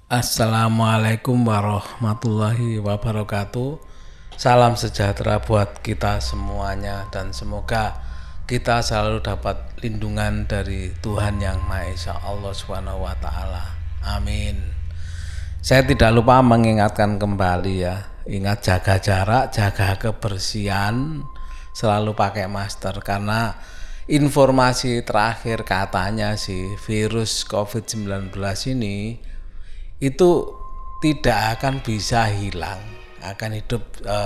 Assalamualaikum warahmatullahi wabarakatuh. Salam sejahtera buat kita semuanya dan semoga kita selalu dapat lindungan dari Tuhan Yang Maha Esa, Allah Subhanahu wa taala. Amin. Saya tidak lupa mengingatkan kembali ya, ingat jaga jarak, jaga kebersihan, selalu pakai masker karena informasi terakhir katanya sih virus COVID-19 ini itu tidak akan bisa hilang, akan hidup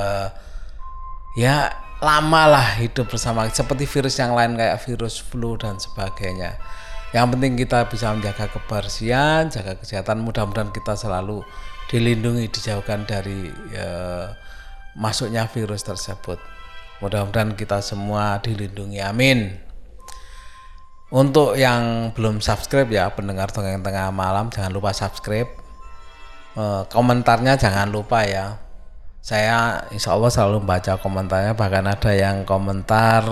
ya lama lah hidup bersama seperti virus yang lain kayak virus flu dan sebagainya. Yang penting kita bisa menjaga kebersihan, jaga kesehatan, mudah-mudahan kita selalu dilindungi, dijauhkan dari masuknya virus tersebut. Mudah-mudahan kita semua dilindungi, amin. Untuk yang belum subscribe ya, pendengar Dongeng Tengah Malam, jangan lupa subscribe. Komentarnya jangan lupa ya. Saya insya Allah selalu baca komentarnya, bahkan ada yang komentar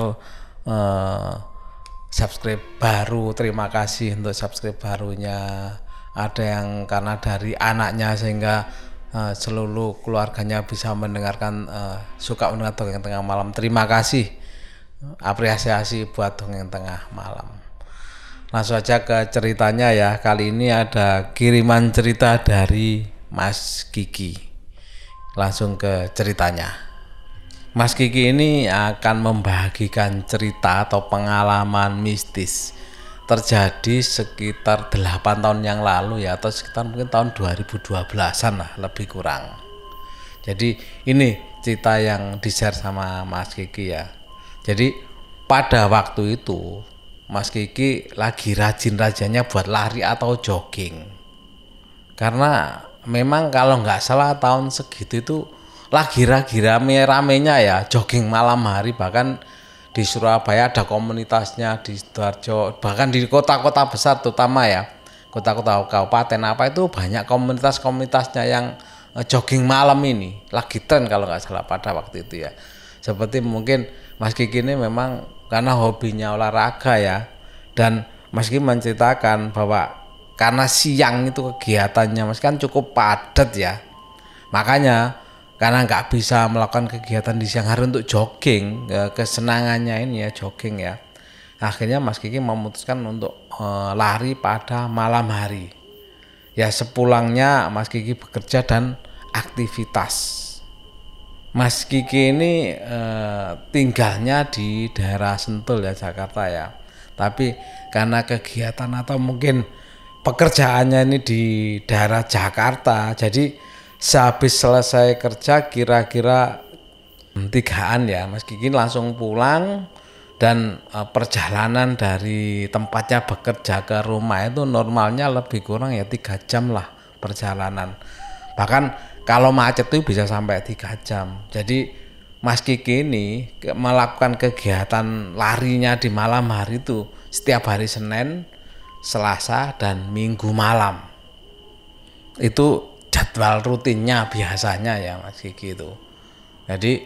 subscribe baru, terima kasih untuk subscribe barunya. Ada yang karena dari anaknya sehingga seluruh keluarganya bisa mendengarkan, suka mendengar Dongeng Tengah Malam. Terima kasih, apresiasi buat Dongeng Tengah Malam. Langsung aja ke ceritanya ya. Kali ini ada kiriman cerita dari Mas Kiki. Langsung ke ceritanya. Mas Kiki ini akan membagikan cerita atau pengalaman mistis terjadi sekitar 8 tahun yang lalu ya, atau sekitar mungkin tahun 2012-an lah lebih kurang. Jadi ini cerita yang di-share sama Mas Kiki ya. Jadi pada waktu itu Mas Kiki lagi rajin-rajinnya buat lari atau jogging. Karena memang kalau nggak salah tahun segitu itu lagi rame-ramenya ya jogging malam hari. Bahkan di Surabaya ada komunitasnya, di Sidoarjo, bahkan di kota-kota besar terutama ya, kota-kota kabupaten apa itu banyak komunitas-komunitasnya yang jogging malam ini. Lagi tren kalau nggak salah pada waktu itu ya. Seperti mungkin Mas Kiki ini memang karena hobinya olahraga ya, dan Mas Kiki menceritakan bahwa karena siang itu kegiatannya Mas kan cukup padat ya, makanya karena nggak bisa melakukan kegiatan di siang hari untuk jogging, kesenangannya ini ya jogging ya, akhirnya Mas Kiki memutuskan untuk lari pada malam hari ya, sepulangnya Mas Kiki bekerja dan aktivitas. Mas Kiki ini tinggalnya di daerah Sentul ya, Jakarta ya. Tapi karena kegiatan atau mungkin pekerjaannya ini di daerah Jakarta, jadi sehabis selesai kerja kira-kira 3-an ya, Mas Kiki langsung pulang. Dan perjalanan dari tempatnya bekerja ke rumah itu normalnya lebih kurang ya 3 jam lah perjalanan. Bahkan kalau macet itu bisa sampai 3 jam. Jadi Mas Kiki ini melakukan kegiatan larinya di malam hari itu setiap hari Senin, Selasa, dan Minggu malam. Itu jadwal rutinnya biasanya ya Mas Kiki itu. Jadi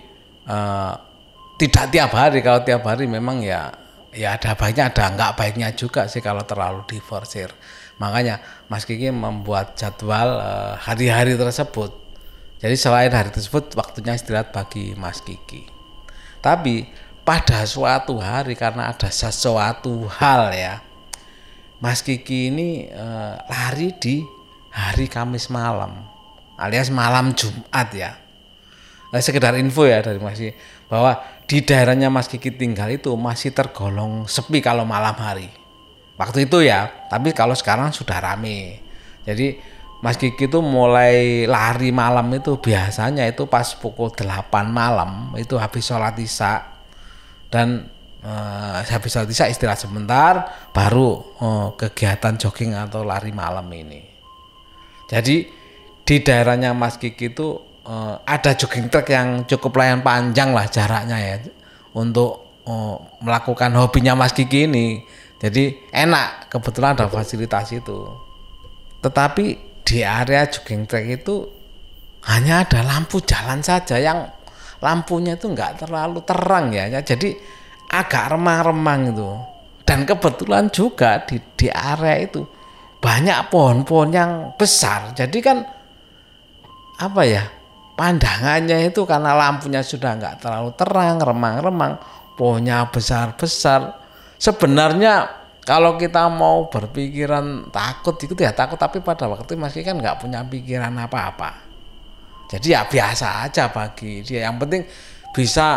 tidak tiap hari. Kalau tiap hari memang ya ada baiknya, ada nggak baiknya juga sih kalau terlalu diforsir. Makanya Mas Kiki membuat jadwal hari-hari tersebut. Jadi selain hari tersebut waktunya istirahat bagi Mas Kiki. Tapi pada suatu hari karena ada sesuatu hal ya, Mas Kiki ini lari di hari Kamis malam alias malam Jumat ya. Nah, sekedar info ya dari Mas Kiki bahwa di daerahnya Mas Kiki tinggal itu masih tergolong sepi kalau malam hari waktu itu ya, tapi kalau sekarang sudah rame. Jadi Mas Kiki itu mulai lari malam itu biasanya itu pas pukul 8 malam, itu habis sholat isya, dan habis sholat isya istirahat sebentar baru kegiatan jogging atau lari malam ini. Jadi di daerahnya Mas Kiki itu ada jogging track yang cukup lumayan panjang lah jaraknya ya untuk melakukan hobinya Mas Kiki ini. Jadi enak, kebetulan ada fasilitas itu. Tetapi di area jogging track itu hanya ada lampu jalan saja yang lampunya itu nggak terlalu terang ya, jadi agak remang-remang itu. Dan kebetulan juga di area itu banyak pohon-pohon yang besar. Jadi kan apa ya, pandangannya itu karena lampunya sudah nggak terlalu terang, remang-remang, pohonnya besar-besar. Sebenarnya kalau kita mau berpikiran takut itu ya takut, tapi pada waktu itu Mas Kiki kan nggak punya pikiran apa-apa. Jadi ya biasa aja bagi dia. Yang penting bisa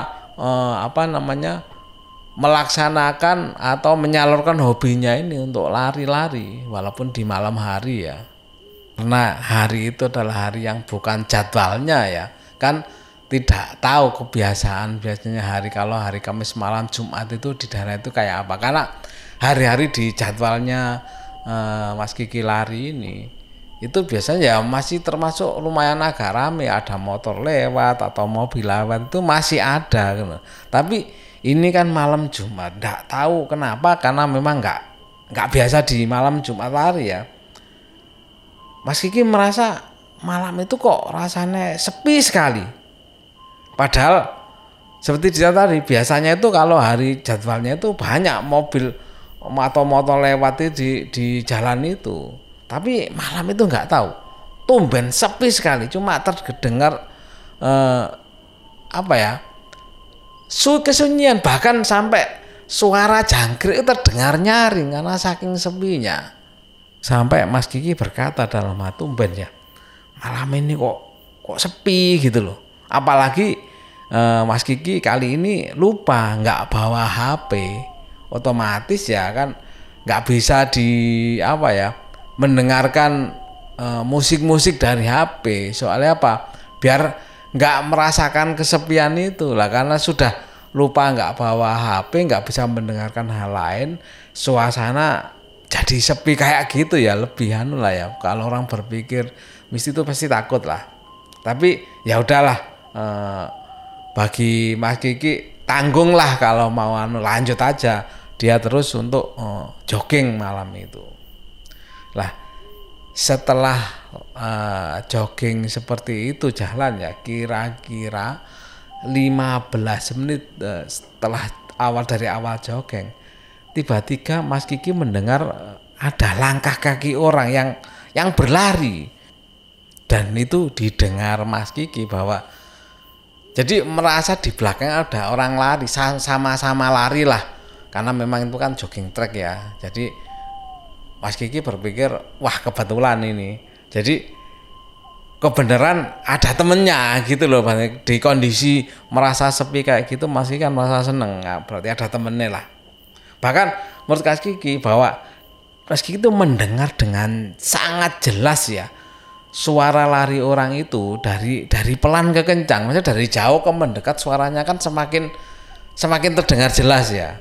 melaksanakan atau menyalurkan hobinya ini untuk lari-lari walaupun di malam hari ya. Karena hari itu adalah hari yang bukan jadwalnya ya. Kan tidak tahu kebiasaan biasanya kalau hari Kamis malam Jumat itu di daerah itu kayak apa. Karena hari-hari di jadwalnya Mas Kiki lari ini itu biasanya ya masih termasuk lumayan agak rame, ada motor lewat atau mobil lewat itu masih ada gitu. Tapi ini kan malam Jumat, enggak tahu kenapa, karena memang enggak biasa di malam Jumat lari ya. Mas Kiki merasa malam itu kok rasanya sepi sekali. Padahal seperti dia tadi, biasanya itu kalau hari jadwalnya itu banyak mobil atau motor lewat di jalan itu. Tapi malam itu nggak tahu, tumben sepi sekali, cuma terdengar kesunyian, bahkan sampai suara jangkrik itu terdengar nyaring karena saking sepinya. Sampai Mas Kiki berkata dalam hati, tumben ya malam ini kok sepi gitu loh. Apalagi Mas Kiki kali ini lupa nggak bawa HP, otomatis ya kan nggak bisa mendengarkan musik-musik dari HP. Soalnya apa? Biar nggak merasakan kesepian itu lah, karena sudah lupa nggak bawa HP, nggak bisa mendengarkan hal lain, suasana jadi sepi kayak gitu ya, lebihan lah ya. Kalau orang berpikir mesti itu pasti takut lah. Tapi ya udahlah, bagi Mas Kiki tanggung lah, kalau mau lanjut aja dia terus untuk jogging malam itu. Lah setelah jogging seperti itu jalan ya kira-kira 15 menit setelah dari awal jogging, tiba-tiba Mas Kiki mendengar ada langkah kaki orang yang berlari. Dan itu didengar Mas Kiki bahwa jadi merasa di belakang ada orang lari, sama-sama lari lah, karena memang itu kan jogging track ya. Jadi Mas Kiki berpikir, wah kebetulan ini. Jadi kebenaran ada temennya gitu loh. Di kondisi merasa sepi kayak gitu, Mas Kiki kan merasa seneng. Nah, berarti ada temennya lah. Bahkan menurut Mas Kiki bahwa Mas Kiki itu mendengar dengan sangat jelas ya suara lari orang itu dari pelan ke kencang. Maksudnya dari jauh ke mendekat suaranya kan semakin terdengar jelas ya.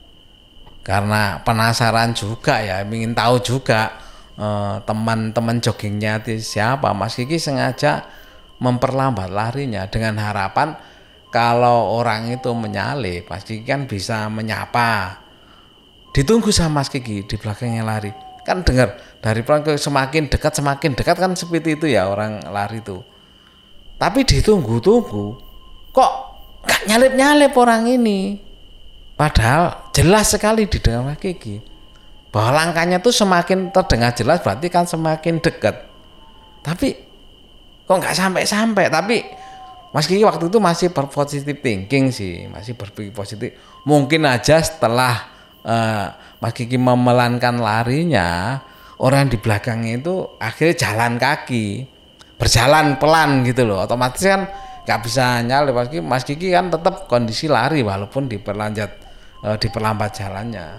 Karena penasaran juga ya, ingin tahu juga teman-teman joggingnya itu siapa. Mas Kiki sengaja memperlambat larinya dengan harapan kalau orang itu menyalip, Mas Kiki kan bisa menyapa. Ditunggu sama Mas Kiki di belakangnya lari. Kan dengar dari pelan ke semakin dekat kan seperti itu ya orang lari itu. Tapi ditunggu-tunggu kok gak nyalip-nyalip orang ini. Padahal jelas sekali didengar Mas Kiki bahwa langkahnya tuh semakin terdengar jelas, berarti kan semakin dekat. Tapi kok nggak sampai. Tapi Mas Kiki waktu itu masih berpositif thinking sih, masih berpikir positif. Mungkin aja setelah Mas Kiki memelankan larinya, orang di belakangnya itu akhirnya jalan kaki, berjalan pelan gitu loh. Otomatis kan nggak bisa nyalip. Mas Kiki kan tetap kondisi lari walaupun diperlambat jalannya.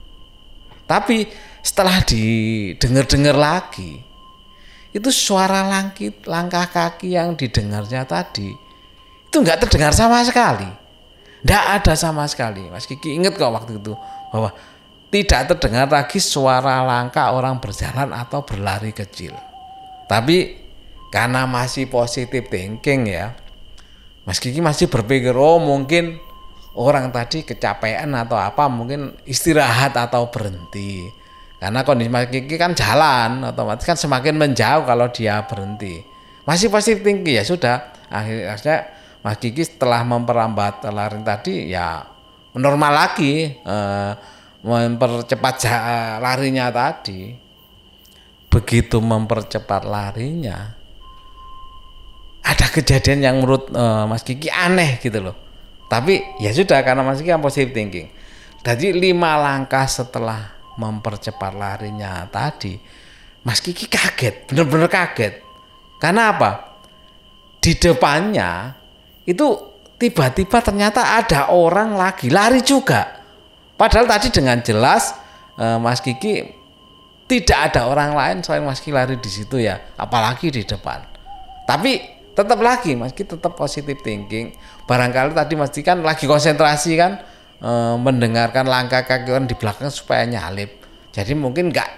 Tapi setelah didengar lagi, itu suara langkah kaki yang didengarnya tadi itu nggak terdengar sama sekali, nggak ada sama sekali. Mas Kiki ingat kok waktu itu bahwa tidak terdengar lagi suara langkah orang berjalan atau berlari kecil. Tapi karena masih positif thinking ya, Mas Kiki masih berpikir mungkin orang tadi kecapean atau apa, mungkin istirahat atau berhenti. Karena kondisi Mas Kiki kan jalan, otomatis kan semakin menjauh kalau dia berhenti. Masih positif tinggi ya sudah. Akhirnya Mas Kiki setelah memperlambat lari tadi ya normal lagi, mempercepat larinya tadi. begitu mempercepat larinya, ada kejadian yang menurut Mas Kiki aneh gitu loh. Tapi ya sudah, karena Mas Kiki yang positive thinking. Jadi 5 langkah setelah mempercepat larinya tadi, Mas Kiki kaget, bener-bener kaget. Karena apa? Di depannya itu tiba-tiba ternyata ada orang lagi lari juga. Padahal tadi dengan jelas Mas Kiki tidak ada orang lain selain Mas Kiki lari di situ ya, apalagi di depan. Tapi tetap lagi Mas Kiki tetap positive thinking. Barangkali tadi Mas Kiki kan lagi konsentrasi kan, mendengarkan langkah kaki orang di belakang supaya nyalip. Jadi mungkin nggak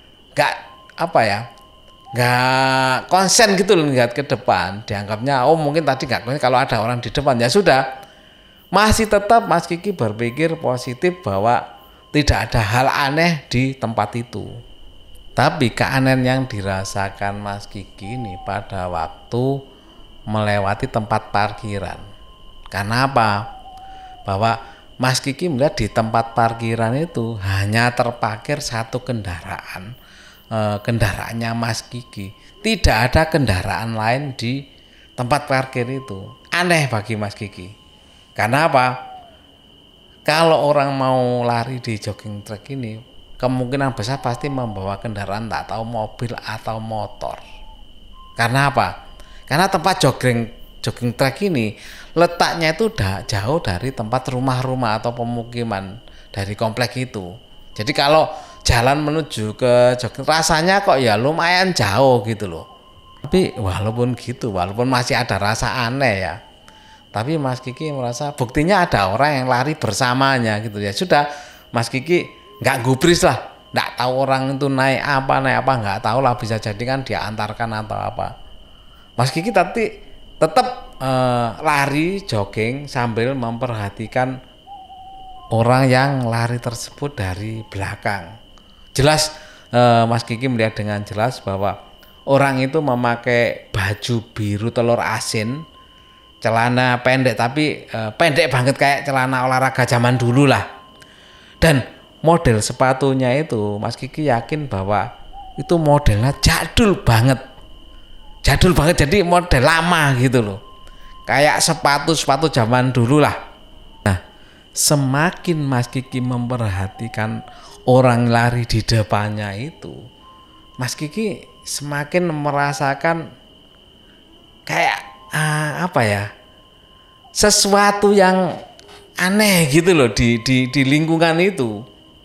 konsen gitu loh lihat ke depan. Dianggapnya mungkin tadi nggak konsen kalau ada orang di depan. Ya sudah, masih tetap Mas Kiki berpikir positif bahwa tidak ada hal aneh di tempat itu. Tapi keanehan yang dirasakan Mas Kiki ini pada waktu melewati tempat parkiran. Karena apa? Bahwa Mas Kiki melihat di tempat parkiran itu hanya terparkir satu kendaraan. Kendaraannya Mas Kiki. Tidak ada kendaraan lain di tempat parkir itu. Aneh bagi Mas Kiki. Karena apa? Kalau orang mau lari di jogging track ini, kemungkinan besar pasti membawa kendaraan, tak tahu mobil atau motor. Karena apa? Karena tempat jogging track ini letaknya itu udah jauh dari tempat rumah-rumah atau pemukiman dari komplek itu. Jadi kalau jalan menuju ke jogging rasanya kok ya lumayan jauh gitu loh. Tapi walaupun gitu, walaupun masih ada rasa aneh ya, tapi Mas Kiki merasa buktinya ada orang yang lari bersamanya gitu ya. Sudah, Mas Kiki nggak gubris lah, nggak tahu orang itu naik apa nggak tahu lah, bisa jadi kan dia antarkan atau apa. Mas Kiki tetap lari jogging sambil memperhatikan orang yang lari tersebut dari belakang. Jelas Mas Kiki melihat dengan jelas bahwa orang itu memakai baju biru telur asin, celana pendek tapi pendek banget kayak celana olahraga zaman dulu lah. Dan model sepatunya itu Mas Kiki yakin bahwa itu modelnya jadul banget. Jadul banget, jadi model lama gitu loh. Kayak sepatu zaman dulu lah. Nah, semakin Mas Kiki memperhatikan orang lari di depannya itu, Mas Kiki semakin merasakan kayak sesuatu yang aneh gitu loh di lingkungan itu.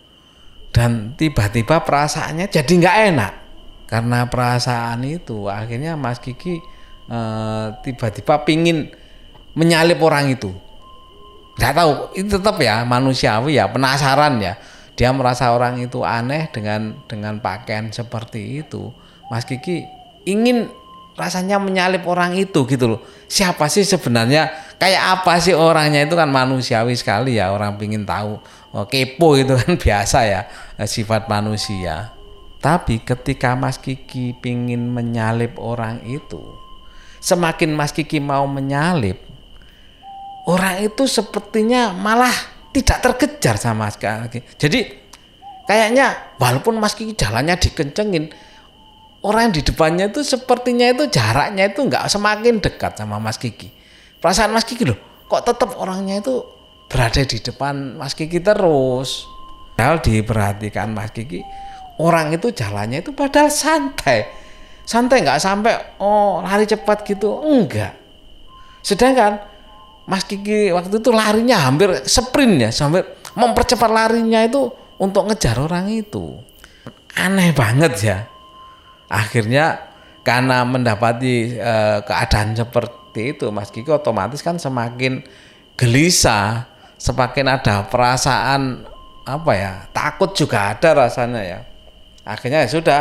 Dan tiba-tiba perasaannya jadi nggak enak. Karena perasaan itu akhirnya Mas Kiki tiba-tiba pingin menyalip orang itu. Nggak tahu, itu tetap ya manusiawi ya, penasaran ya. Dia merasa orang itu aneh dengan pakaian seperti itu. Mas Kiki ingin rasanya menyalip orang itu gitu loh. Siapa sih sebenarnya, kayak apa sih orangnya, itu kan manusiawi sekali ya, orang pingin tahu. Kepo itu kan biasa ya, sifat manusia. Tapi ketika Mas Kiki pingin menyalip orang itu, semakin Mas Kiki mau menyalip, orang itu sepertinya malah tidak terkejar sama Mas Kiki. Jadi kayaknya walaupun Mas Kiki jalannya dikencengin, orang di depannya itu sepertinya itu jaraknya itu nggak semakin dekat sama Mas Kiki. Perasaan Mas Kiki loh, kok tetap orangnya itu berada di depan Mas Kiki terus. Padahal diperhatikan Mas Kiki, orang itu jalannya itu padahal santai nggak sampai lari cepat gitu, enggak. Sedangkan Mas Kiki waktu itu larinya hampir sprint ya, sampai mempercepat larinya itu untuk ngejar orang itu. Aneh banget ya. Akhirnya karena mendapati keadaan seperti itu, Mas Kiki otomatis kan semakin gelisah, semakin ada perasaan takut juga ada rasanya ya. Akhirnya ya sudah,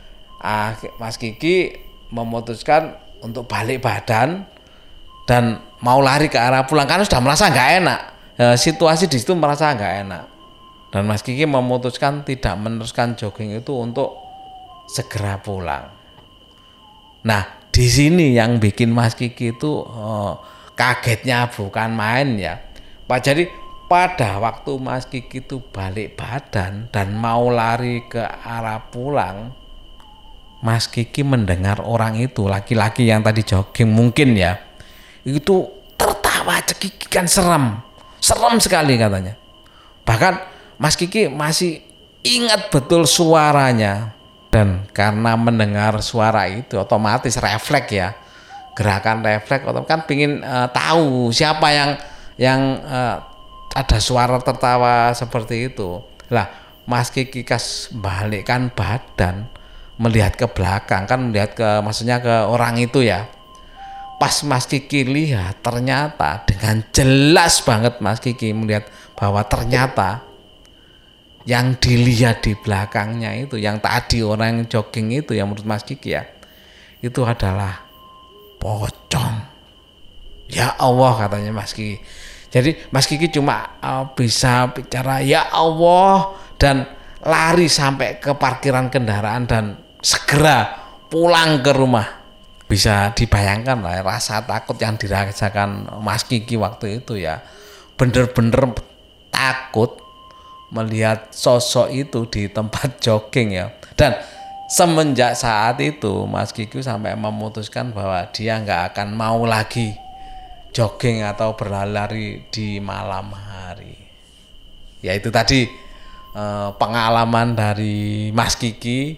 Mas Kiki memutuskan untuk balik badan dan mau lari ke arah pulang karena sudah merasa nggak enak. Situasi di situ merasa nggak enak. Dan Mas Kiki memutuskan tidak meneruskan jogging itu untuk segera pulang. Nah, di sini yang bikin Mas Kiki itu kagetnya bukan main ya. Jadi pada waktu Mas Kiki itu balik badan dan mau lari ke arah pulang, Mas Kiki mendengar orang itu, laki-laki yang tadi jogging mungkin ya, itu tertawa cekikikan, serem sekali katanya. Bahkan Mas Kiki masih ingat betul suaranya, dan karena mendengar suara itu otomatis refleks ya, gerakan refleks kan pingin tahu siapa yang ada suara tertawa seperti itu. Lah Mas Kiki kas balikkan badan melihat ke belakang, kan melihat maksudnya ke orang itu ya. Pas Mas Kiki lihat, ternyata dengan jelas banget Mas Kiki melihat bahwa ternyata yang dilihat di belakangnya itu, yang tadi orang yang jogging itu, yang menurut Mas Kiki ya, itu adalah pocong. Ya Allah, katanya Mas Kiki. Jadi Mas Kiki cuma bisa bicara ya Allah dan lari sampai ke parkiran kendaraan dan segera pulang ke rumah. Bisa dibayangkan lah rasa takut yang dirasakan Mas Kiki waktu itu ya. Bener-bener takut melihat sosok itu di tempat jogging ya. Dan semenjak saat itu Mas Kiki sampai memutuskan bahwa dia nggak akan mau lagi jogging atau berlari di malam hari. Ya itu tadi pengalaman dari Mas Kiki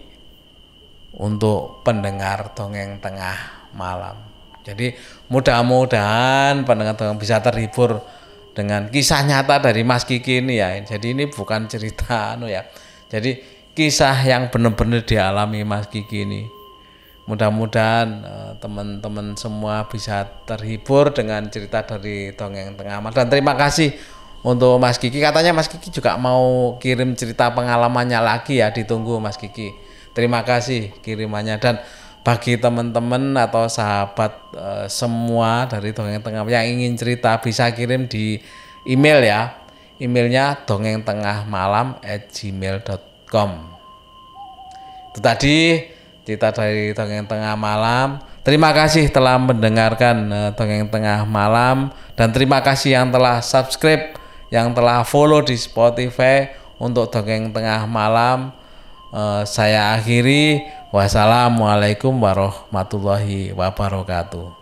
untuk pendengar dongeng tengah malam. Jadi mudah-mudahan pendengar dongeng bisa terhibur dengan kisah nyata dari Mas Kiki ini ya. Jadi ini bukan cerita ya. Jadi kisah yang benar-benar dialami Mas Kiki ini. Mudah-mudahan teman-teman semua bisa terhibur dengan cerita dari dongeng tengah malam. Dan terima kasih untuk Mas Kiki. Katanya Mas Kiki juga mau kirim cerita pengalamannya lagi ya, ditunggu Mas Kiki. Terima kasih kirimannya. Dan bagi teman-teman atau sahabat semua dari dongeng tengah yang ingin cerita bisa kirim di email ya. Emailnya dongengtengahmalam@gmail.com. Itu tadi cerita dari dongeng tengah malam. Terima kasih telah mendengarkan dongeng tengah malam, dan terima kasih yang telah subscribe, yang telah follow di Spotify untuk dongeng tengah malam. Saya akhiri. Wassalamualaikum warahmatullahi wabarakatuh.